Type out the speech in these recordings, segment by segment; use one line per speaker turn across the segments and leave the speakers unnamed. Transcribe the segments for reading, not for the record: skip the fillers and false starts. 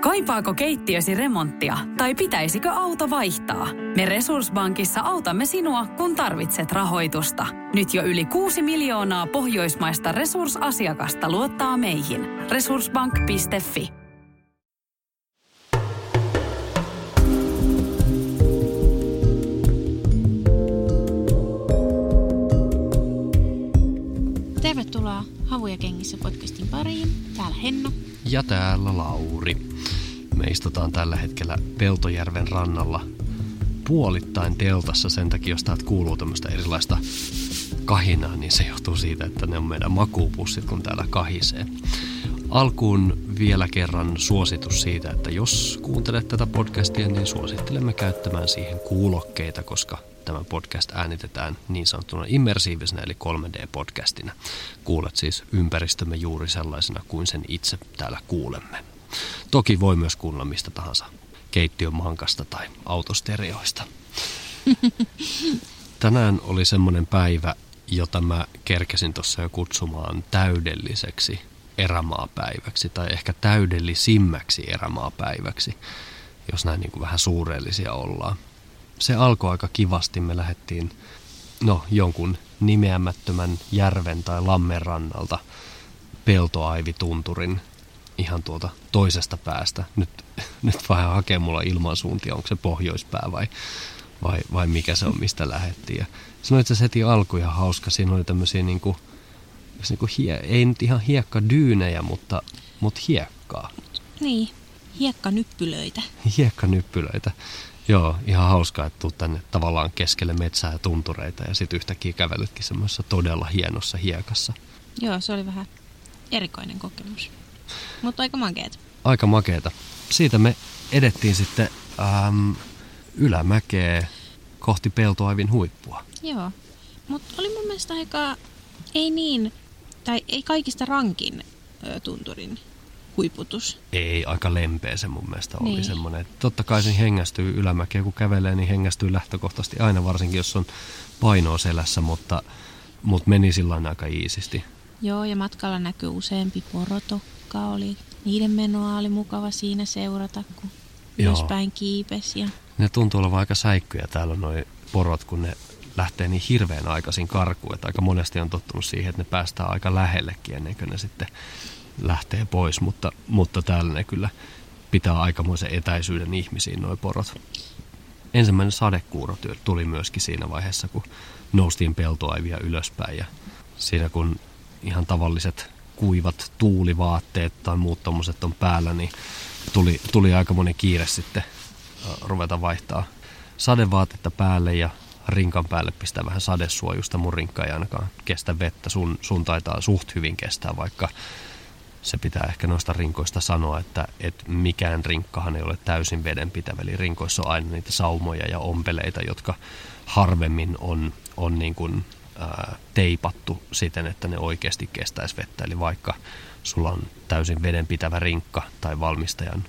Kaipaako keittiösi remonttia tai pitäisikö auto vaihtaa? Me Resurssbankissa autamme sinua, kun tarvitset rahoitusta. Nyt jo yli 6 miljoonaa pohjoismaista resursasiakasta luottaa meihin. Resurssbank.fi.
Tervetuloa Havuja kengissä podcastin pariin. Täällä Henna.
Ja täällä Lauri. Me istutaan tällä hetkellä Peltojärven rannalla puolittain teltassa. Sen takia, jos täältä kuuluu tämmöistä erilaista kahinaa, niin se johtuu siitä, että ne on meidän makuupussit, kun täällä kahisee. Alkuun vielä kerran suositus siitä, että jos kuuntelet tätä podcastia, niin suosittelemme käyttämään siihen kuulokkeita, koska tämä podcast äänitetään niin sanottuna immersiivisenä eli 3D-podcastina. Kuulet siis ympäristömme juuri sellaisena kuin sen itse täällä kuulemme. Toki voi myös kuunnella mistä tahansa keittiön mankasta tai autostereoista. Tänään oli semmoinen päivä, jota mä kerkesin tuossa jo kutsumaan täydelliseksi erämaapäiväksi tai ehkä täydellisimmäksi erämaapäiväksi, jos näin niin kuin vähän suureellisia ollaan. Se alkoi aika kivasti. Me lähdettiin jonkun nimeämättömän järven tai lammen rannalta Peltoaivitunturin ihan tuolta toisesta päästä. Nyt vähän hakee mulla ilmansuuntia, onko se pohjoispää vai mikä se on, mistä lähdettiin. Ja se oli itse asiassa heti alku ihan hauska. Siinä oli tämmöisiä ei nyt ihan hiekkadyynejä, mutta hiekkaa.
Niin, hiekkanyppylöitä.
Hiekkanyppylöitä. Joo, ihan hauskaa, että tuut tänne tavallaan keskelle metsää ja tuntureita ja sitten yhtäkkiä kävelytkin semmoisessa todella hienossa hiekassa.
Joo, se oli vähän erikoinen kokemus, mutta aika makeeta.
Aika makeeta. Siitä me edettiin sitten ylämäkeä kohti Peltoaivin huippua. Joo,
mutta oli mun mielestä aika, ei kaikista rankin tunturin huiputus.
Ei, aika lempeä se mun mielestä oli niin. Semmoinen. Totta kai sen hengästyy ylämäkeä, kun kävelee, niin hengästyy lähtökohtaisesti aina, varsinkin jos on painoa selässä, mutta meni sillain aika iisisti.
Joo, ja matkalla näkyy useampi porotokka. Niiden menoa oli mukava siinä seurata, kun ylöspäin kiipesi.
Ne tuntuu olevan aika säikkyjä täällä noi porot, kun ne lähtee niin hirveän aikaisin karkuun, että aika monesti on tottunut siihen, että ne päästään aika lähellekin ennen kuin ne sitten lähtee pois, mutta täällä ne kyllä pitää aikamoisen etäisyyden ihmisiin nuo porot. Ensimmäinen sadekuuro tuli myöskin siinä vaiheessa, kun noustiin Peltoaivia ylöspäin ja siinä kun ihan tavalliset kuivat tuulivaatteet tai muut tommoset on päällä, niin tuli aikamoinen kiire sitten ruveta vaihtaa sadevaatetta päälle ja rinkan päälle pistää vähän sadesuojusta. Mun rinkka ei ainakaan kestä vettä, sun taitaa suht hyvin kestää, vaikka se pitää ehkä noista rinkoista sanoa, että mikään rinkkahan ei ole täysin vedenpitävä. Eli rinkoissa on aina niitä saumoja ja ompeleita, jotka harvemmin on niin kuin, teipattu siten, että ne oikeasti kestäisi vettä. Eli vaikka sulla on täysin vedenpitävä rinkka tai valmistajan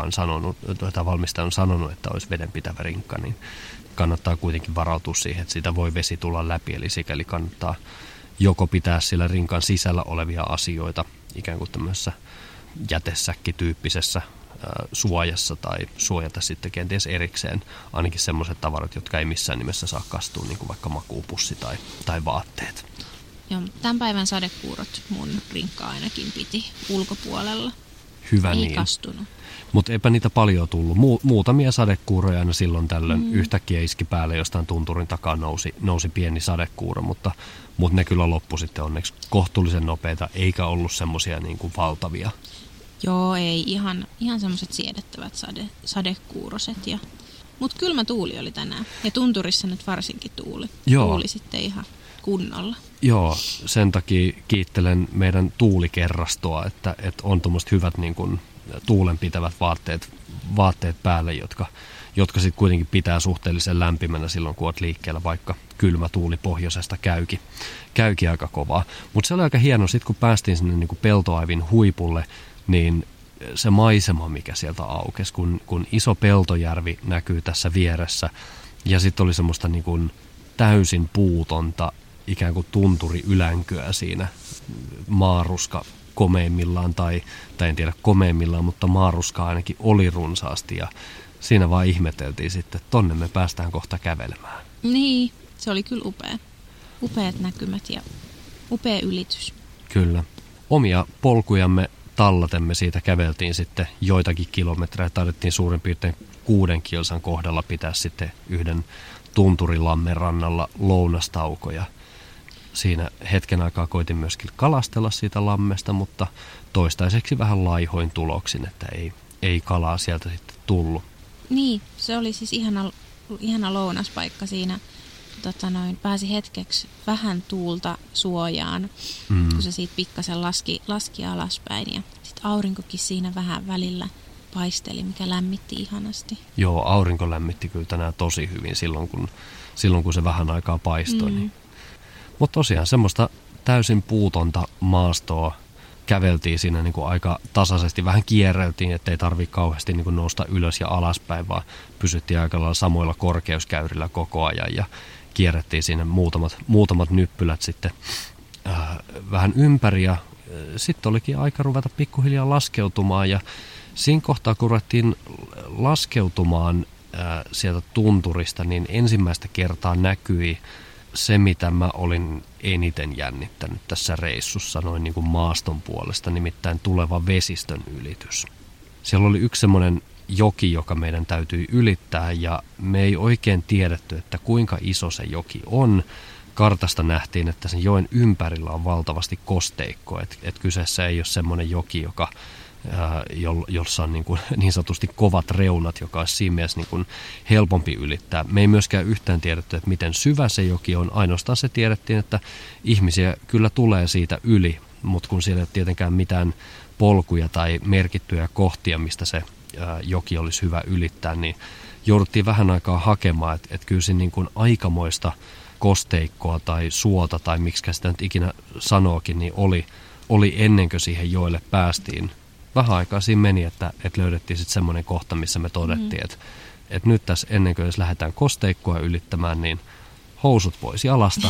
on sanonut, että olisi vedenpitävä rinkka, niin kannattaa kuitenkin varautua siihen, että siitä voi vesi tulla läpi. Eli sikäli kannattaa joko pitää sillä rinkan sisällä olevia asioita ikään kuin tämmöisessä jätesäkkityyppisessä suojassa tai suojata sitten kenties erikseen ainakin semmoiset tavarat, jotka ei missään nimessä saa kastua, niin kuin vaikka makuupussi tai vaatteet.
Joo, tämän päivän sadekuurot mun rinkka ainakin piti ulkopuolella.
Hyvä
ei
niin.
Kastunut.
Mutta eipä niitä paljon tullut. Muutamia sadekuuroja aina silloin tällöin yhtäkkiä iski päälle, jostain tunturin takaa nousi pieni sadekuuro, mutta ne kyllä loppui sitten onneksi kohtuullisen nopeita, eikä ollut semmoisia niin kuin valtavia.
Joo, ei ihan semmoiset siedettävät sadekuuroset. Mutta kylmä tuuli oli tänään ja tunturissa nyt varsinkin tuuli sitten ihan kunnolla. Joo,
sen takia kiittelen meidän tuulikerrastoa, että on tuommoiset hyvät niin kuin tuulenpitävät vaatteet päälle, jotka sitten kuitenkin pitää suhteellisen lämpimänä silloin, kun olet liikkeellä, vaikka kylmä tuuli pohjoisesta käykin aika kovaa. Mutta se oli aika hieno, sitten kun päästiin sinne niin kuin Peltoaivin huipulle, niin se maisema, mikä sieltä aukesi, kun iso Peltojärvi näkyy tässä vieressä, ja sitten oli semmoista niin kuin täysin puutonta ikään kuin tunturi ylänköä siinä maaruska komeimmillaan tai en tiedä komeimmillaan, mutta maaruskaa ainakin oli runsaasti ja siinä vaan ihmeteltiin sitten, että tonne me päästään kohta kävelemään.
Niin, se oli kyllä upea. Upeat näkymät ja upea ylitys.
Kyllä. Omia polkujamme tallatemme siitä käveltiin sitten joitakin kilometrejä. Taidettiin suurin piirtein 6 kilsan kohdalla pitää sitten yhden Tunturilammen rannalla lounastauko. Ja siinä hetken aikaa koitin myöskin kalastella siitä lammesta, mutta toistaiseksi vähän laihoin tuloksin, että ei kalaa sieltä sitten tullut.
Niin, se oli siis ihana lounaspaikka siinä. Pääsi hetkeksi vähän tuulta suojaan, kun se siitä pikkasen laski alaspäin. Ja sitten aurinkokin siinä vähän välillä paisteli, mikä lämmitti ihanasti.
Joo, aurinko lämmitti kyllä tänään tosi hyvin silloin kun se vähän aikaa paistoi. Niin. Mutta tosiaan semmoista täysin puutonta maastoa käveltiin siinä niin kuin aika tasaisesti. Vähän kierreltiin, ettei tarvitse kauheasti niin kuin nousta ylös ja alaspäin, vaan pysyttiin aika lailla samoilla korkeuskäyrillä koko ajan ja kierrettiin siinä muutamat nyppylät sitten vähän ympäri ja sitten olikin aika ruveta pikkuhiljaa laskeutumaan ja siinä kohtaa kun ruvettiin laskeutumaan sieltä tunturista, niin ensimmäistä kertaa näkyi se, mitä mä olin eniten jännittänyt tässä reissussa noin niin kuin maaston puolesta, nimittäin tuleva vesistön ylitys. Siellä oli yksi semmoinen joki, joka meidän täytyy ylittää ja me ei oikein tiedetty, että kuinka iso se joki on. Kartasta nähtiin, että sen joen ympärillä on valtavasti kosteikkoa, että kyseessä ei ole semmoinen joki, jossa on niin sanotusti kovat reunat, joka olisi siinä mielessä niin kuin helpompi ylittää. Me ei myöskään yhtään tiedetty, että miten syvä se joki on. Ainoastaan se tiedettiin, että ihmisiä kyllä tulee siitä yli, mutta kun siellä ei ole tietenkään mitään polkuja tai merkittyjä kohtia, mistä se joki olisi hyvä ylittää, niin jouduttiin vähän aikaa hakemaan, että kyllä siinä niin kuin aikamoista kosteikkoa tai suota tai miksi sitä nyt ikinä sanookin, niin oli ennen kuin siihen joelle päästiin. Vähän aikaa siinä meni, että löydettiin sitten semmoinen kohta, missä me todettiin, että nyt tässä ennen kuin jos lähdetään kosteikkoa ylittämään, niin housut pois jalasta.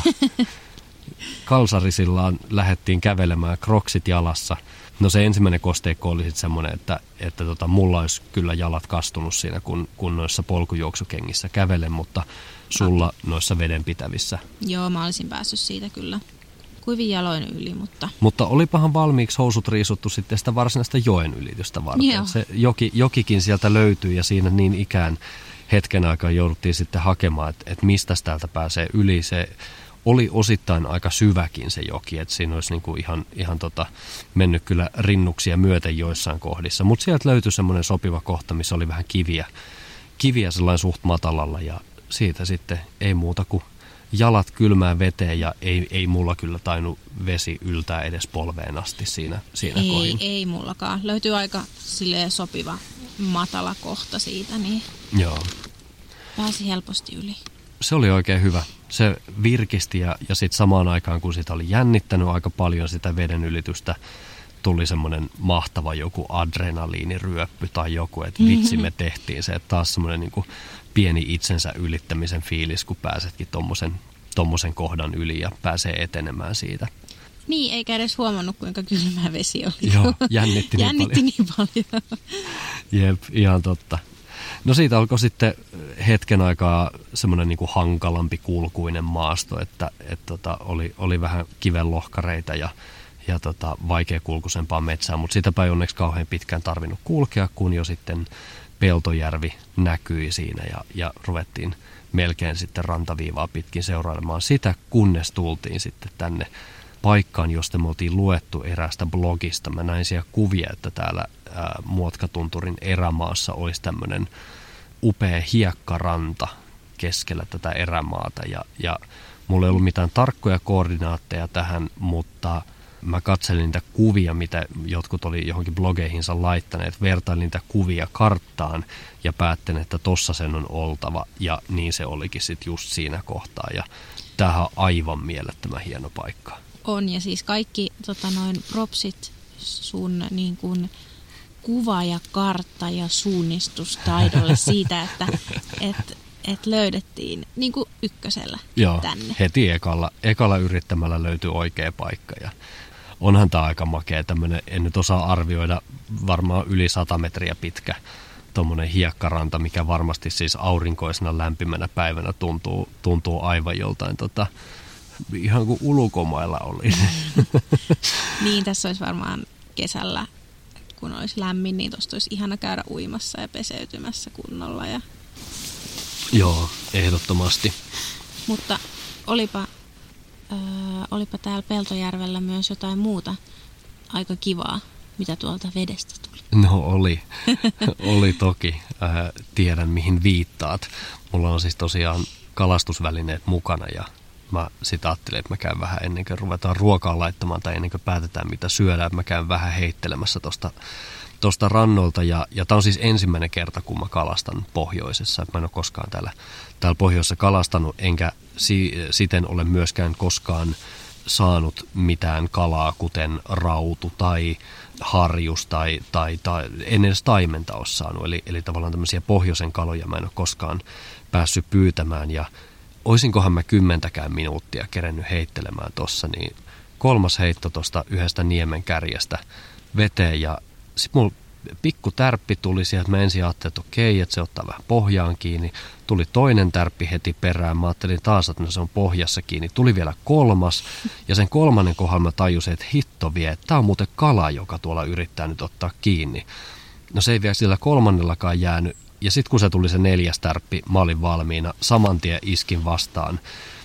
Kalsarisillaan lähdettiin kävelemään, kroksit jalassa. No se ensimmäinen kosteikko oli sitten semmoinen, että mulla olisi kyllä jalat kastunut siinä, kun noissa polkujuoksukengissä kävelen, mutta sulla noissa vedenpitävissä. Joo,
mä olisin päässyt siitä kyllä kuivin jaloin yli, mutta...
Mutta olipahan valmiiksi housut riisuttu sitten sitä varsinaista joen ylitystä varten. Joo. Se jokikin sieltä löytyy ja siinä niin ikään hetken aikaa jouduttiin sitten hakemaan, että mistä täältä pääsee yli. Se oli osittain aika syväkin se joki, että siinä olisi niinku ihan mennyt kyllä rinnuksia myöten joissain kohdissa. Mutta sieltä löytyi semmoinen sopiva kohta, missä oli vähän kiviä sellainen suht matalalla ja siitä sitten ei muuta kuin jalat kylmään veteen ja ei mulla kyllä tainnut vesi yltää edes polveen asti siinä kohdin.
Ei mullakaan. Löytyy aika silleen sopiva matala kohta siitä, niin
joo.
Pääsi helposti yli.
Se oli oikein hyvä. Se virkisti ja sitten samaan aikaan, kun sitä oli jännittänyt aika paljon sitä veden ylitystä, tuli semmoinen mahtava joku adrenaliiniryöppy tai joku, että vitsi me tehtiin se, että taas semmoinen niin kuin pieni itsensä ylittämisen fiilis, kun pääsetkin tommosen kohdan yli ja pääsee etenemään siitä.
Niin, eikä edes huomannut, kuinka kylmä vesi oli.
Joo, jännitti
niin paljon.
Jep, ihan totta. No siitä alkoi sitten hetken aikaa semmoinen niin kuin hankalampi kulkuinen maasto, että oli vähän kivenlohkareita ja vaikeakulkuisempaa metsää, mutta sitäpä ei onneksi kauhean pitkään tarvinnut kulkea, kun jo sitten Peltojärvi näkyi siinä ja ruvettiin melkein sitten rantaviivaa pitkin seurailemaan sitä, kunnes tultiin sitten tänne paikkaan, josta me oltiin luettu eräästä blogista. Mä näin siellä kuvia, että täällä Muotkatunturin erämaassa olisi tämmöinen upea hiekkaranta keskellä tätä erämaata ja mulla ei ollut mitään tarkkoja koordinaatteja tähän, mutta mä katselin niitä kuvia, mitä jotkut oli johonkin blogeihinsa laittaneet, vertailin niitä kuvia karttaan ja päättelin, että tossa sen on oltava ja niin se olikin sitten just siinä kohtaa ja tämähän on aivan mielettömän hieno paikka.
On ja siis kaikki propsit sun niin kuin kuva ja kartta ja suunnistustaidolle siitä, että löydettiin niin kuin ykkösellä.
Joo,
tänne.
Heti ekalla yrittämällä löytyi oikea paikka ja onhan tämä aika makea tämmöinen, en nyt osaa arvioida, varmaan yli 100 metriä pitkä tuommoinen hiekkaranta, mikä varmasti siis aurinkoisena lämpimänä päivänä tuntuu aivan joltain ihan kuin ulkomailla oli.
Niin, tässä olisi varmaan kesällä, kun olisi lämmin, niin tuosta olisi ihana käydä uimassa ja peseytymässä kunnolla.
Joo, ehdottomasti.
Mutta olipa täällä Peltojärvellä myös jotain muuta aika kivaa, mitä tuolta vedestä tuli.
No oli toki. Tiedän mihin viittaat. Mulla on siis tosiaan kalastusvälineet mukana ja mä sitten ajattelin, että mä käyn vähän ennen kuin ruvetaan ruokaa laittamaan tai ennen kuin päätetään mitä syödään, mä käyn vähän heittelemässä tuosta rannolta ja tää on siis ensimmäinen kerta, kun mä kalastan pohjoisessa. Mä en ole koskaan täällä pohjoisessa kalastanut, enkä siten ole myöskään koskaan saanut mitään kalaa, kuten rautu tai harjus tai en edes taimenta ole saanut. Eli tavallaan tämmöisiä pohjoisen kaloja mä en ole koskaan päässyt pyytämään ja oisinkohan mä 10 minuuttia kerennyt heittelemään tossa, niin 3. heitto tuosta yhdestä niemen kärjestä veteen ja sitten mulla pikku tärppi tuli sieltä. Mä ensin ajattelin, että okei, että se ottaa vähän pohjaan kiinni. Tuli toinen tärppi heti perään. Mä ajattelin taas, että no se on pohjassa kiinni. Tuli vielä 3. Ja sen 3. kohdalla mä tajusin, että hitto vie, että tää on muuten kala, joka tuolla yrittää nyt ottaa kiinni. No se ei vielä sillä 3. jäänyt. Ja sitten kun se tuli se 4. tärppi, mä olin valmiina. Saman tien iskin vastaan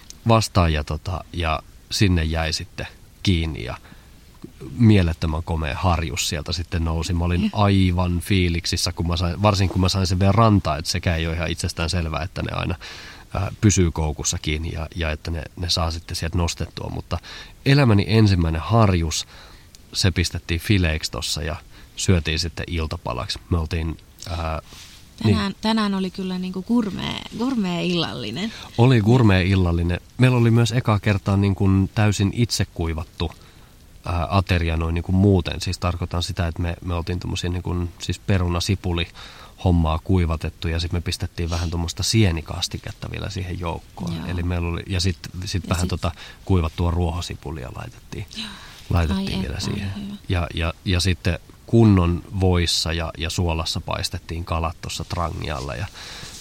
ja sinne jäi sitten kiinni ja mielettömän komea harjus sieltä sitten nousi. Mä olin aivan fiiliksissä, varsinkin kun mä sain sen vielä rantaa, että sekä ei ole ihan itsestään selvää, että ne aina pysyy koukussa kiinni ja että ne saa sitten sieltä nostettua. Mutta elämäni ensimmäinen harjus, se pistettiin fileiksi tossa ja syötiin sitten iltapalaksi. Me oltiin...
Tänään oli kyllä niin kuin gourmet-illallinen.
Oli gourmet-illallinen. Meillä oli myös ekaa kertaa niin kuin täysin itse kuivattu ateria noin niin kuin muuten. Siis tarkoitan sitä, että me oltiin tommosia niin kuin, siis peruna-sipuli-hommaa kuivatettu ja sitten me pistettiin vähän tuommoista sienikastiketta vielä siihen joukkoon.
Joo.
Eli meillä oli, ja sitten vähän kuivattua ruohosipulia laitettiin vielä siihen. Ja sitten kunnon voissa ja suolassa paistettiin kalat tuossa trangialla ja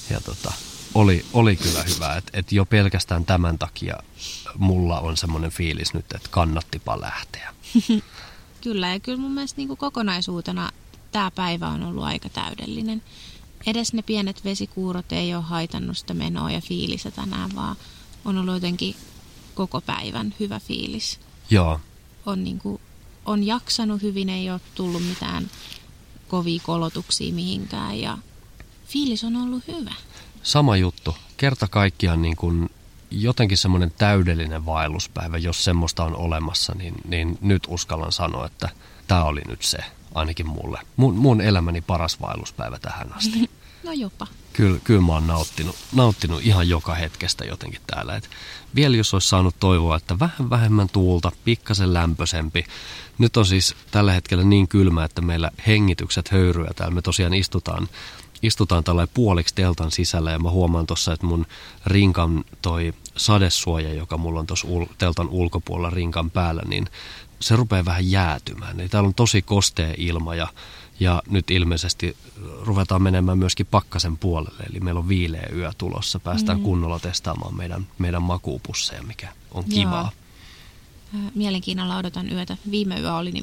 oli kyllä hyvä, että jo pelkästään tämän takia mulla on semmoinen fiilis nyt, että kannattipa lähteä.
Kyllä, ja kyllä mun mielestä niin kuin kokonaisuutena tämä päivä on ollut aika täydellinen. Edes ne pienet vesikuurot ei ole haitannut sitä menoa ja fiilistä tänään, vaan on ollut jotenkin koko päivän hyvä fiilis.
Joo.
On jaksanut hyvin, ei ole tullut mitään kovia kolotuksia mihinkään ja fiilis on ollut hyvä.
Sama juttu. Kerta kaikkiaan niin kuin jotenkin semmoinen täydellinen vaelluspäivä, jos semmoista on olemassa, niin nyt uskallan sanoa, että tämä oli nyt se, ainakin mulle. Mun elämäni paras vaelluspäivä tähän asti.
No jopa.
Kyllä mä oon nauttinut ihan joka hetkestä jotenkin täällä. Et vielä jos olisi saanut toivoa, että vähän vähemmän tuulta, pikkasen lämpöisempi. Nyt on siis tällä hetkellä niin kylmä, että meillä hengitykset höyryä täällä. Me tosiaan istutaan tällainen puoliksi teltan sisällä ja mä huomaan tuossa, että mun rinkan toi sadesuoja, joka mulla on tuossa teltan ulkopuolella rinkan päällä, niin se rupeaa vähän jäätymään. Eli täällä on tosi kostea ilma ja nyt ilmeisesti ruvetaan menemään myöskin pakkasen puolelle, eli meillä on viileä yö tulossa. Päästään kunnolla testaamaan meidän makuupusseja, mikä on kivaa.
Mielenkiinnolla odotan yötä. Viime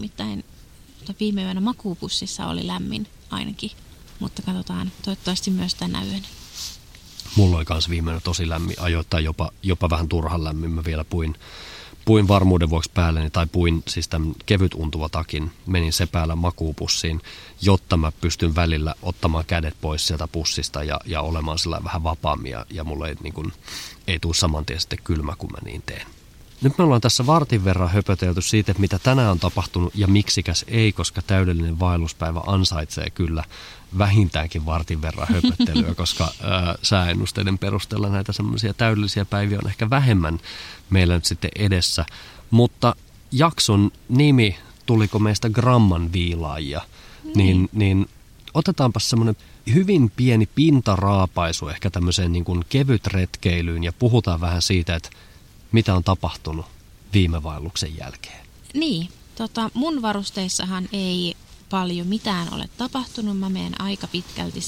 yönä makuupussissa oli lämmin ainakin, mutta katsotaan toivottavasti myös tänä yönä.
Mulla oli myös viime yönä tosi lämmin, ajoittain jopa vähän turhan lämmin. Mä vielä puin varmuuden vuoksi päälleni, tai puin siis tämän kevyt untuva takin, menin sepäällä makuupussiin, jotta mä pystyn välillä ottamaan kädet pois sieltä pussista ja olemaan sillä vähän vapaammin, ja mulle ei tule saman tien sitten kylmä, kun mä niin teen. Nyt me ollaan tässä vartin verran höpötelty siitä, että mitä tänään on tapahtunut ja miksikäs ei, koska täydellinen vaelluspäivä ansaitsee kyllä vähintäänkin vartin verran höpöttelyä, koska sääennusteiden perusteella näitä semmoisia täydellisiä päiviä on ehkä vähemmän meillä nyt sitten edessä. Mutta jakson nimi, tuliko meistä gramman viilaajia, niin otetaanpa semmoinen hyvin pieni pintaraapaisu ehkä tämmöiseen niin kuin kevyt retkeilyyn ja puhutaan vähän siitä, että mitä on tapahtunut viime vaelluksen jälkeen.
Niin, Mun varusteissahan ei paljon mitään ole tapahtunut. Mä menen aika pitkälti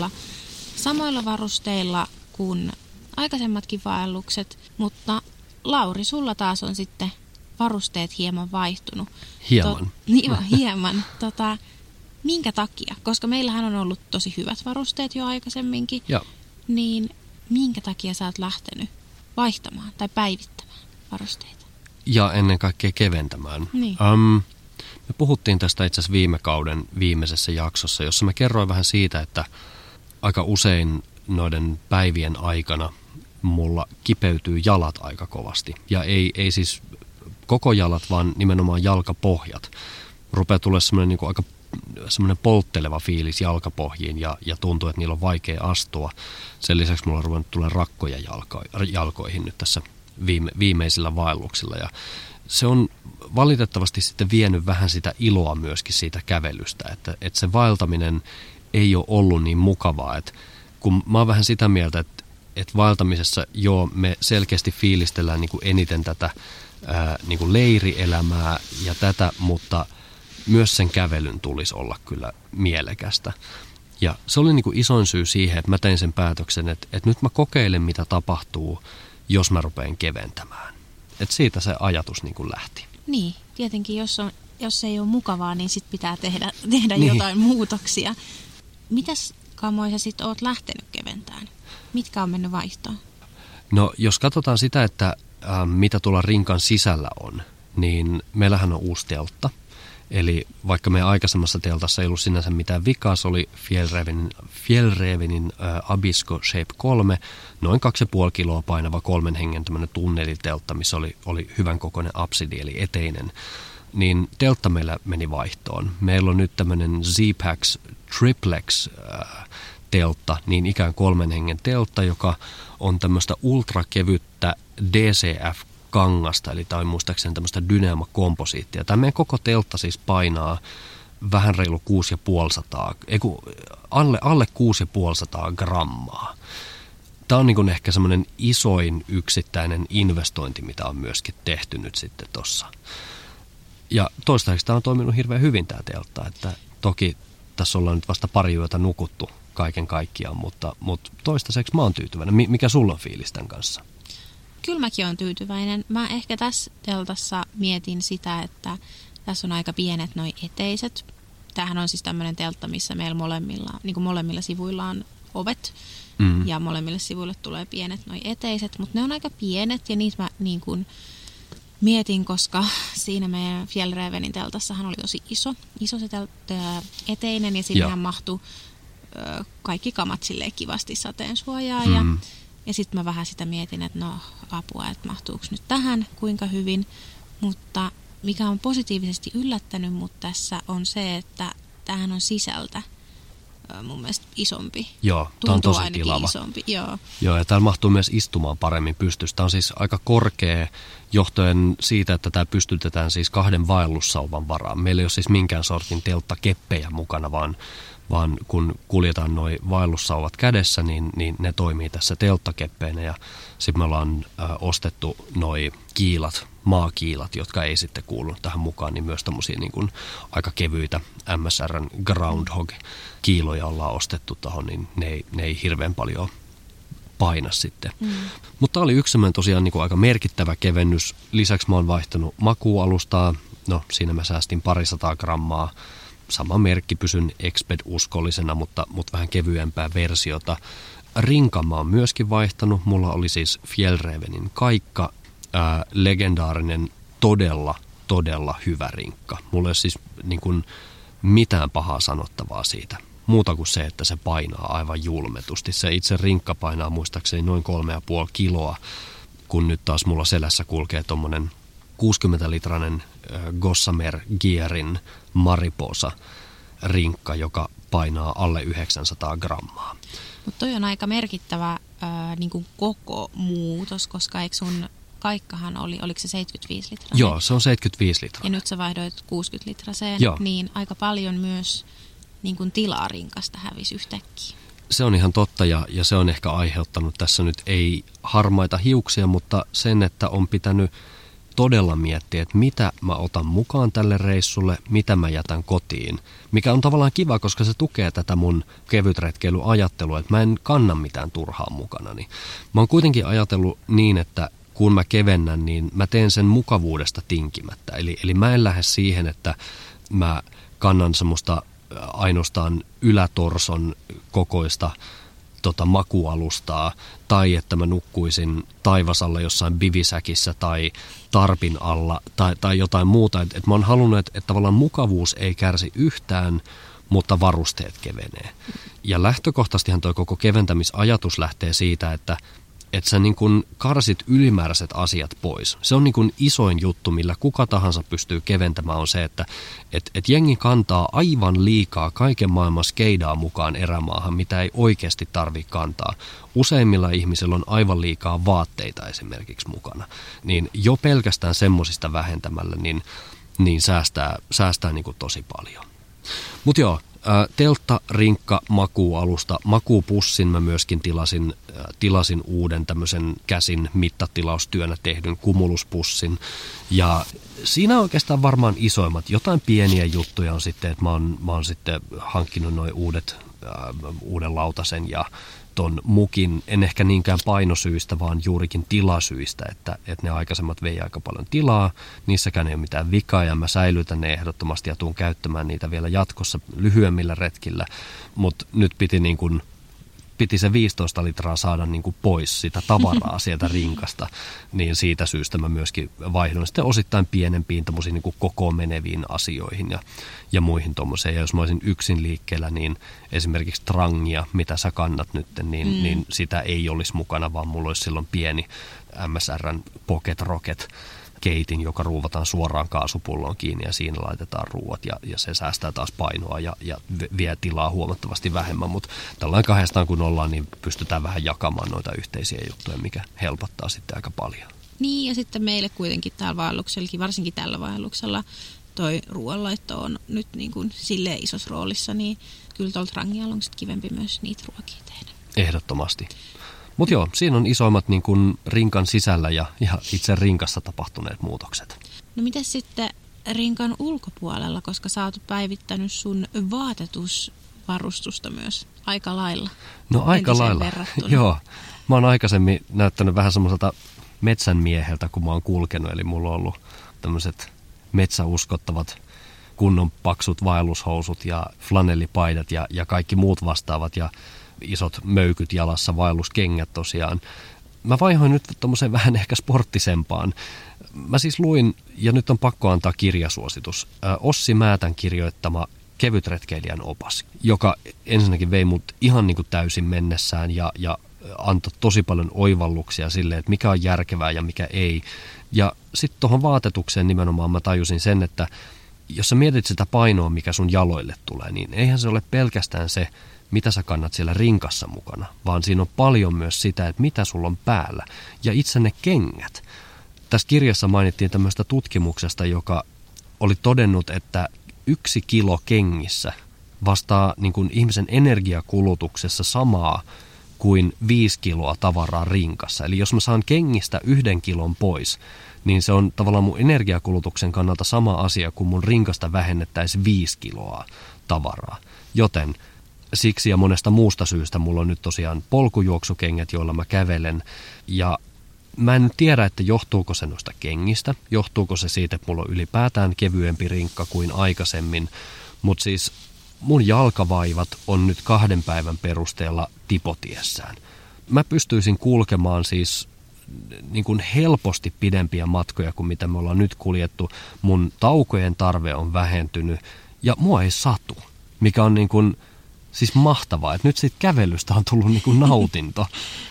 samoilla varusteilla kuin aikaisemmatkin vaellukset, mutta Lauri, sulla taas on sitten varusteet hieman vaihtunut.
Hieman.
Hieman. Minkä takia? Koska meillähän on ollut tosi hyvät varusteet jo aikaisemminkin.
Ja.
Niin minkä takia sä oot lähtenyt vaihtamaan tai päivittämään varusteita?
Ja ennen kaikkea keventämään.
Niin.
Me puhuttiin tästä itse asiassa viime kauden viimeisessä jaksossa, jossa mä kerroin vähän siitä, että aika usein noiden päivien aikana mulla kipeytyy jalat aika kovasti. Ja ei siis koko jalat, vaan nimenomaan jalkapohjat. Rupeaa tulemaan semmoinen niin aika semmoinen poltteleva fiilis jalkapohjiin ja tuntuu, että niillä on vaikea astua. Sen lisäksi mulla on ruvennut tulemaan rakkoja jalkoihin nyt tässä viimeisillä vaelluksilla. Ja se on valitettavasti sitten vienyt vähän sitä iloa myöskin siitä kävelystä, että se vaeltaminen ei ole ollut niin mukavaa. Että kun mä oon vähän sitä mieltä, että vaeltamisessa me selkeästi fiilistellään niin kuin eniten tätä niin kuin leirielämää ja tätä, mutta myös sen kävelyn tulisi olla kyllä mielekästä. Ja se oli niin kuin isoin syy siihen, että mä tein sen päätöksen, että nyt mä kokeilen, mitä tapahtuu, jos mä rupean keventämään. Että siitä se ajatus niin kuin lähti.
Niin, tietenkin jos ei ole mukavaa, niin sit pitää tehdä niin. Jotain muutoksia. Mitäs kamoja sä sit oot lähtenyt keventämään? Mitkä on mennyt vaihtoon?
No jos katsotaan sitä, että mitä tuolla rinkan sisällä on, niin meillähän on uusi teltta. Eli vaikka meidän aikaisemmassa teltassa ei ollut sinänsä mitään vikaa, se oli Fjällrävenin Abisko Shape 3, noin 2,5 kiloa painava 3 hengen tämmöinen tunneliteltta, missä oli hyvän kokoinen absidi, eli eteinen. Niin teltta meillä meni vaihtoon. Meillä on nyt tämmöinen Z-Pax Triplex teltta, niin ikään 3 hengen teltta, joka on tämmöistä ultrakevyttä DCF-kangasta, eli tämä on muistaakseni tämmöistä Dyneema-komposiittia. Tämä meidän koko teltta siis painaa vähän reilu 650, alle 650 grammaa. Tämä on niin kuin ehkä semmoinen isoin yksittäinen investointi, mitä on myöskin tehty nyt sitten tuossa. Ja toistaiseksi tämä on toiminut hirveän hyvin tämä teltta, että toki tässä ollaan nyt vasta pari yötä nukuttu kaiken kaikkiaan, mutta toistaiseksi mä oon tyytyväinen. Mikä sulla on fiilis tämän kanssa?
Kyllä mäkin olen tyytyväinen. Mä ehkä tässä teltassa mietin sitä, että tässä on aika pienet noi eteiset. Tämähän on siis tämmöinen teltta, missä meillä molemmilla sivuilla on ovet. Ja molemmille sivuille tulee pienet noi eteiset, mutta ne on aika pienet ja niitä mä niin kuin mietin, koska siinä meidän Fjällrävenin teltassahan oli tosi iso se eteinen ja sinnehän mahtui kaikki kamat silleen kivasti sateensuojaa ja sitten mä vähän sitä mietin, että no apua, että mahtuuko nyt tähän kuinka hyvin, mutta mikä on positiivisesti yllättänyt mut tässä on se, että tämähän on sisältä mun mielestä isompi.
Joo, tämä on tosi tilava.
Isompi, joo,
ja täällä mahtuu myös istumaan paremmin pystyssä. Tämä on siis aika korkea johtuen siitä, että tämä pystytetään siis 2 vaellussauvan varaan. Meillä ei ole siis minkään sortin telttakeppejä mukana, vaan kun kuljetaan nuo vaellussauvat kädessä, niin ne toimii tässä telttakeppeinä. Ja sitten me ollaan ostettu nuo maakiilat, jotka ei sitten kuulu tähän mukaan, niin myös tämmöisiä niin kuin aika kevyitä MSR:n Groundhog-kiiloja ollaan ostettu tuohon, niin ne ei hirveän paljon paina sitten. Mutta tämä oli yksi semmoinen tosiaan niin kuin aika merkittävä kevennys. Lisäksi mä oon vaihtanut makuualustaa. No siinä mä säästin 200 grammaa. Sama merkki, pysyn Exped-uskollisena, mutta vähän kevyempää versiota. Rinkan mä oon myöskin vaihtanut. Mulla oli siis Fjällrävenin Kaikka, legendaarinen, todella hyvä rinkka. Mulla ei ole siis niin kuin mitään pahaa sanottavaa siitä. Muuta kuin se, että se painaa aivan julmetusti. Se itse rinkka painaa muistaakseni noin 3,5 kiloa, kun nyt taas mulla selässä kulkee tommonen 60-litrainen Gossamer Gearin Mariposa rinkka, joka painaa alle 900 grammaa.
Mutta toi on aika merkittävä niin kuin koko muutos, koska eikö sun Kaikkahan oliko se 75 litraa?
Joo, se on 75 litraa.
Ja nyt sä vaihdoit 60 litraseen, niin aika paljon myös niin kuin tilaa rinkasta hävisi yhtäkkiä.
Se on ihan totta ja se on ehkä aiheuttanut tässä nyt ei harmaita hiuksia, mutta sen, että on pitänyt todella miettiä, että mitä mä otan mukaan tälle reissulle, mitä mä jätän kotiin. Mikä on tavallaan kiva, koska se tukee tätä mun kevytretkeilyajattelua, että mä en kanna mitään turhaa mukanani. Mä oon kuitenkin ajatellut niin, että kun mä kevennän, niin mä teen sen mukavuudesta tinkimättä. Eli mä en lähde siihen, että mä kannan semmoista ainoastaan ylätorson kokoista makualustaa, tai että mä nukkuisin taivasalla jossain bivisäkissä tai tarpin alla tai jotain muuta. Et mä oon halunnut, että tavallaan mukavuus ei kärsi yhtään, mutta varusteet kevenee. Ja lähtökohtaisestihan toi koko keventämisajatus lähtee siitä, että sä niin kun karsit ylimääräiset asiat pois. Se on niin kun isoin juttu, millä kuka tahansa pystyy keventämään, on se, että jengi kantaa aivan liikaa kaiken maailman skeidaa mukaan erämaahan, mitä ei oikeasti tarvitse kantaa. Useimmilla ihmisillä on aivan liikaa vaatteita esimerkiksi mukana. Niin jo pelkästään semmosista vähentämällä, niin säästää niin kun tosi paljon. Mutta joo. Teltta, rinkka, makuualusta, makuupussin mä myöskin tilasin uuden tämmöisen käsin mittatilaustyönä tehdyn kumuluspussin. Ja siinä oikeastaan varmaan isoimmat, jotain pieniä juttuja on sitten, että mä oon sitten hankkinut noi uuden lautasen ja ton mukin, en ehkä niinkään painosyistä, vaan juurikin tilasyistä, että ne aikaisemmat vei aika paljon tilaa, niissäkään ei ole mitään vikaa ja mä säilytän ne ehdottomasti ja tuun käyttämään niitä vielä jatkossa lyhyemmillä retkillä, mutta nyt piti se 15 litraa saada niin kuin pois sitä tavaraa sieltä rinkasta, niin siitä syystä mä myöskin vaihdoin sitten osittain pienempiin tommosiin niin kuin kokoon meneviin asioihin ja muihin tommoseen. Ja jos mä olisin yksin liikkeellä, niin esimerkiksi trangia, mitä sä kannat nyt, niin sitä ei olisi mukana, vaan mulla olisi silloin pieni MSR:n Pocket Rocket keitin, joka ruuvataan suoraan kaasupulloon kiinni ja siinä laitetaan ruuat ja se säästää taas painoa ja vie tilaa huomattavasti vähemmän, mutta tällainen kahdestaan kun ollaan, niin pystytään vähän jakamaan noita yhteisiä juttuja, mikä helpottaa sitten aika paljon.
Niin ja sitten meille kuitenkin täällä vaelluksellakin, varsinkin tällä vaelluksella, toi ruoanlaitto on nyt niin kuin silleen isossa roolissa, niin kyllä tuolta rangialla on kivempi myös niitä ruokia tehdä.
Ehdottomasti. Mutta joo, siinä on isoimmat niin kuin rinkan sisällä ja itse rinkassa tapahtuneet muutokset.
No mitäs sitten rinkan ulkopuolella, koska sä oot päivittänyt sun vaatetusvarustusta myös aika lailla?
No aika lailla, joo. Mä oon aikaisemmin näyttänyt vähän semmoiselta metsänmieheltä, kun mä oon kulkenut. Eli mulla on ollut tämmöiset metsäuskottavat kunnon paksut vaellushousut ja flanellipaidat ja kaikki muut vastaavat ja isot möykyt jalassa, vaelluskengät tosiaan. Mä vaihoin nyt tommoseen vähän ehkä sporttisempaan. Mä siis luin, ja nyt on pakko antaa kirjasuositus, Ossi Määtän kirjoittama Kevytretkeilijän opas, joka ensinnäkin vei mut ihan niin kuin täysin mennessään ja antoi tosi paljon oivalluksia sille, että mikä on järkevää ja mikä ei. Ja sitten tuohon vaatetukseen nimenomaan mä tajusin sen, että jos sä mietit sitä painoa, mikä sun jaloille tulee, niin eihän se ole pelkästään se, mitä sä kannat siellä rinkassa mukana, vaan siinä on paljon myös sitä, että mitä sulla on päällä. Ja itse ne kengät. Tässä kirjassa mainittiin tämmöistä tutkimuksesta, joka oli todennut, että 1 kilo kengissä vastaa niin kuin ihmisen energiakulutuksessa samaa kuin 5 kiloa tavaraa rinkassa. Eli jos mä saan kengistä 1 kilon pois, niin se on tavallaan mun energiakulutuksen kannalta sama asia kuin mun rinkasta vähennettäisiin 5 kiloa tavaraa. Joten siksi ja monesta muusta syystä mulla on nyt tosiaan polkujuoksukengät, joilla mä kävelen. Ja mä en nyt tiedä, että johtuuko se noista kengistä, johtuuko se siitä, että mulla on ylipäätään kevyempi rinkka kuin aikaisemmin. Mutta siis mun jalkavaivat on nyt 2 päivän perusteella tipotiessään. Mä pystyisin kulkemaan siis niin kuin helposti pidempiä matkoja kuin mitä me ollaan nyt kuljettu. Mun taukojen tarve on vähentynyt ja mua ei satu, mikä on niin kuin siis mahtavaa, että nyt siitä kävelystä on tullut niin kuin nautinto.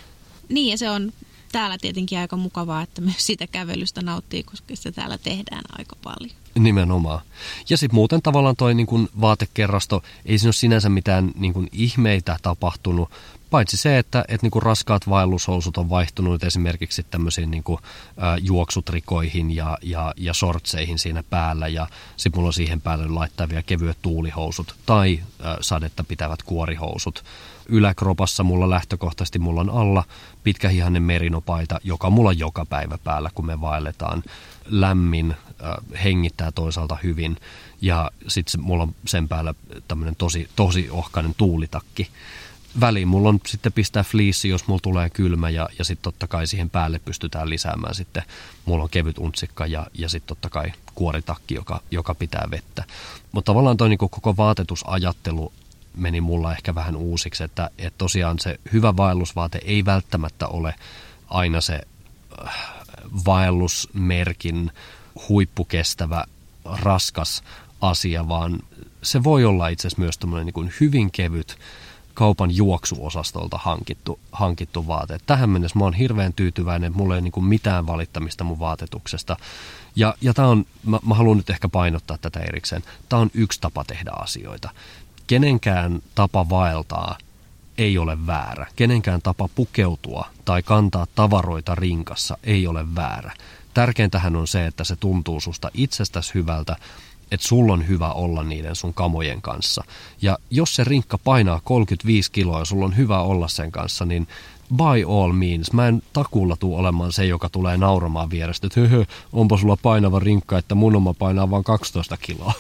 Niin ja se on täällä tietenkin aika mukavaa, että myös sitä kävelystä nauttii, koska sitä täällä tehdään aika paljon.
Nimenomaan. Ja sitten muuten tavallaan toi niin kuin vaatekerrasto, ei siinä ole sinänsä mitään niin kuin ihmeitä tapahtunut, paitsi se, että niin kuin raskaat vaellushousut on vaihtunut esimerkiksi tämmöisiin niin kuin juoksutrikoihin ja shortseihin siinä päällä ja sitten mulla on siihen päälle laittaa vielä kevyet tuulihousut tai sadetta pitävät kuorihousut. Yläkropassa mulla lähtökohtaisesti mulla on alla pitkähihainen merinopaita, joka mulla on joka päivä päällä, kun me vaelletaan. lämmin, hengittää toisaalta hyvin ja sitten mulla on sen päällä tämmöinen tosi ohkainen tuulitakki. Väliin mulla on sitten pistää fliissi, jos mulla tulee kylmä ja sitten totta kai siihen päälle pystytään lisäämään sitten. Mulla on kevyt untsikka ja sitten totta kai kuoritakki, joka pitää vettä. Mutta tavallaan toi niinku koko vaatetusajattelu meni mulla ehkä vähän uusiksi, että tosiaan se hyvä vaellusvaate ei välttämättä ole aina se vaellusmerkin huippukestävä, raskas asia, vaan se voi olla itse asiassa myös tämmöinen niin hyvin kevyt kaupan juoksuosastolta hankittu vaate. Tähän mennessä mä oon hirveän tyytyväinen, mulla ei ole niin mitään valittamista mun vaatetuksesta. Ja tää on, mä haluan nyt ehkä painottaa tätä erikseen, tää on yksi tapa tehdä asioita. Kenenkään tapa vaeltaa ei ole väärä. Kenenkään tapa pukeutua tai kantaa tavaroita rinkassa ei ole väärä. Tärkeintähän on se, että se tuntuu susta itsestäsi hyvältä, että sulla on hyvä olla niiden sun kamojen kanssa. Ja jos se rinkka painaa 35 kiloa ja sulla on hyvä olla sen kanssa, niin by all means, mä en takuulla tule olemaan se, joka tulee nauramaan vierestä, että onpa sulla painava rinkka, että mun oma painaa vain 12 kiloa.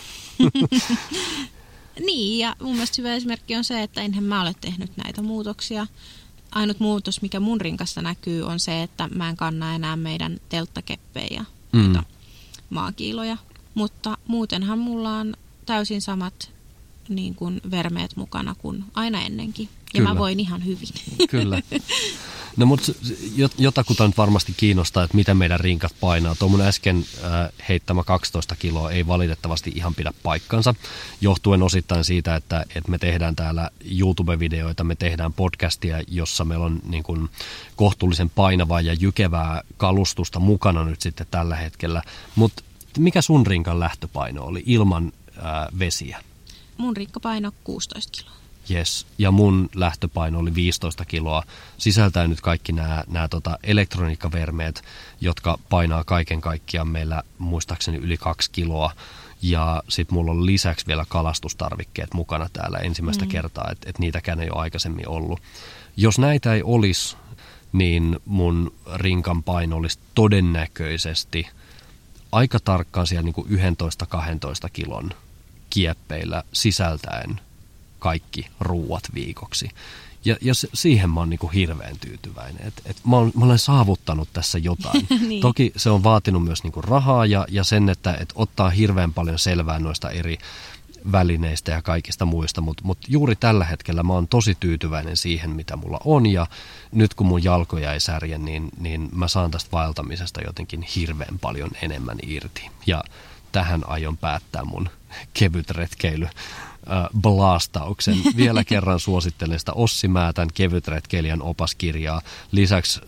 Niin, ja mun mielestä hyvä esimerkki on se, että enhän mä ole tehnyt näitä muutoksia. Ainut muutos, mikä mun rinkassa näkyy, on se, että mä en kanna enää meidän telttakeppejä ja maakiiloja. Mutta muutenhan mulla on täysin samat niin kuin vermeet mukana kuin aina ennenkin. Ja kyllä. Mä voin ihan hyvin. Kyllä.
No mutta jotakuta nyt varmasti kiinnostaa, että miten meidän rinkat painaa. Tuo mun äsken heittämä 12 kiloa ei valitettavasti ihan pidä paikkansa, johtuen osittain siitä, että me tehdään täällä YouTube-videoita, me tehdään podcastia, jossa meillä on niin kuin kohtuullisen painavaa ja jykevää kalustusta mukana nyt sitten tällä hetkellä. Mutta mikä sun rinkan lähtöpaino oli ilman vesiä?
Mun rinkka paino 16 kiloa.
Yes. Ja mun lähtöpaino oli 15 kiloa. Sisältää nyt kaikki nämä elektroniikkavermeet, jotka painaa kaiken kaikkiaan meillä muistaakseni yli 2 kiloa. Ja sitten mulla on lisäksi vielä kalastustarvikkeet mukana täällä ensimmäistä kertaa, että niitäkään ei ole aikaisemmin ollut. Jos näitä ei olisi, niin mun rinkan paino olisi todennäköisesti aika tarkkaan siellä niin kuin 11-12 kilon kieppeillä sisältäen kaikki ruuat viikoksi. Ja siihen mä oon niin kuin hirveän tyytyväinen. Mä olen saavuttanut tässä jotain. Niin. Toki se on vaatinut myös niin kuin rahaa ja sen, että ottaa hirveän paljon selvää noista eri välineistä ja kaikista muista, mutta juuri tällä hetkellä mä oon tosi tyytyväinen siihen, mitä mulla on, ja nyt kun mun jalkoja ei särje, niin mä saan tästä vaeltamisesta jotenkin hirveän paljon enemmän irti, ja tähän aion päättää mun kevyt retkeily blastauksen. Vielä kerran suosittelen sitä Ossi Määtän kevyt retkeilijän opaskirjaa. Lisäksi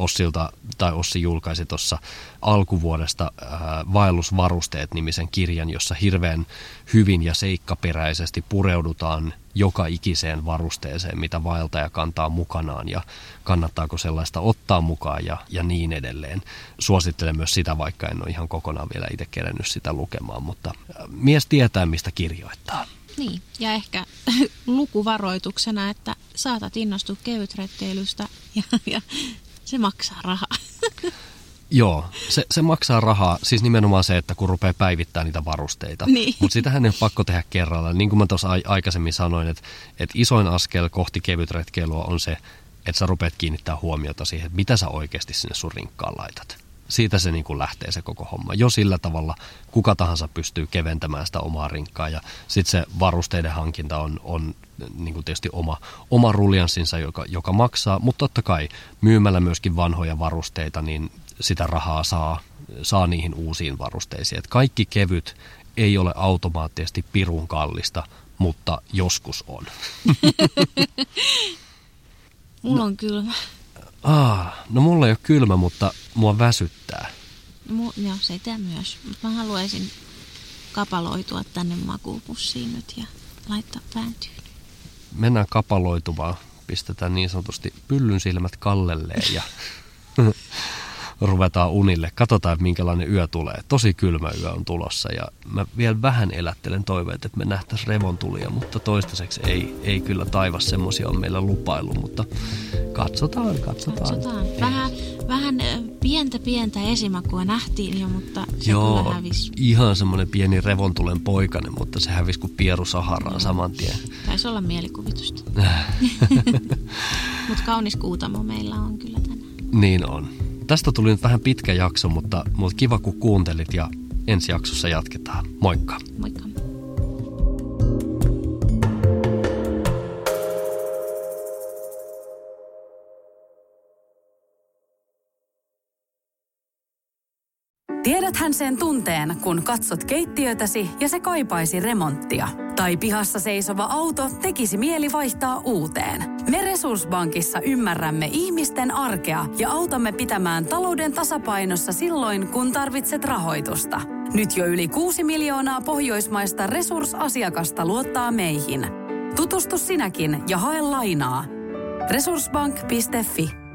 Ossi julkaisi tuossa alkuvuodesta Vaellusvarusteet-nimisen kirjan, jossa hirveän hyvin ja seikkaperäisesti pureudutaan joka ikiseen varusteeseen, mitä vaeltaja kantaa mukanaan ja kannattaako sellaista ottaa mukaan ja niin edelleen. Suosittelen myös sitä, vaikka en ole ihan kokonaan vielä itse kerennyt sitä lukemaan, mutta mies tietää, mistä kirjoittaa.
Niin, ja ehkä lukuvaroituksena, että saatat innostua kevytretkeilystä ja se maksaa rahaa.
Joo, se maksaa rahaa, siis nimenomaan se, että kun rupeaa päivittämään niitä varusteita. Niin. Mutta sitähän ei ole pakko tehdä kerralla. Niin kuin mä tuossa aikaisemmin sanoin, että isoin askel kohti kevytretkeilyä on se, että sä rupeat kiinnittää huomiota siihen, että mitä sä oikeasti sinne sun rinkkaan laitat. Siitä se niin kuin lähtee se koko homma. Jo sillä tavalla kuka tahansa pystyy keventämään sitä omaa rinkkaa, ja sitten se varusteiden hankinta on niin kuin tietysti oma ruljanssinsa, joka maksaa, mutta totta kai myymällä myöskin vanhoja varusteita, niin sitä rahaa saa niihin uusiin varusteisiin. Et kaikki kevyt ei ole automaattisesti pirun kallista, mutta joskus on.
Mulla on kylmä.
No mulla ei ole kylmä, mutta mua väsyttää.
Joo, sitä myös. Mä haluaisin kapaloitua tänne makuupussiin nyt ja laittaa pääntyyn.
Mennään kapaloitumaan. Pistetään niin sanotusti pyllyn silmät kallelleen ja ruvetaan unille. Katsotaan, minkälainen yö tulee. Tosi kylmä yö on tulossa ja mä vielä vähän elättelen toiveet, että me nähtäisiin revontulia, mutta toistaiseksi ei kyllä taivas semmoisia on meillä lupailu, mutta katsotaan.
Vähän pientä esimakua nähtiin jo, mutta se kyllä hävisi.
Ihan semmoinen pieni revontulen poikainen, mutta se hävisi kuin pieru Saharaan saman tien.
Taisi olla mielikuvitusta. Mutta kaunis Kuutamo meillä on kyllä tänään.
Niin on. Tästä tuli nyt vähän pitkä jakso, mutta kiva kun kuuntelit ja ensi jaksossa jatketaan. Moikka!
Moikka!
Tiedäthän sen tunteen, kun katsot keittiötäsi ja se kaipaisi remonttia. Tai pihassa seisova auto tekisi mieli vaihtaa uuteen. Me Resurssbankissa ymmärrämme ihmisten arkea ja autamme pitämään talouden tasapainossa silloin, kun tarvitset rahoitusta. Nyt jo yli 6 miljoonaa pohjoismaista resursasiakasta luottaa meihin. Tutustu sinäkin ja hae lainaa. Resurssbank.fi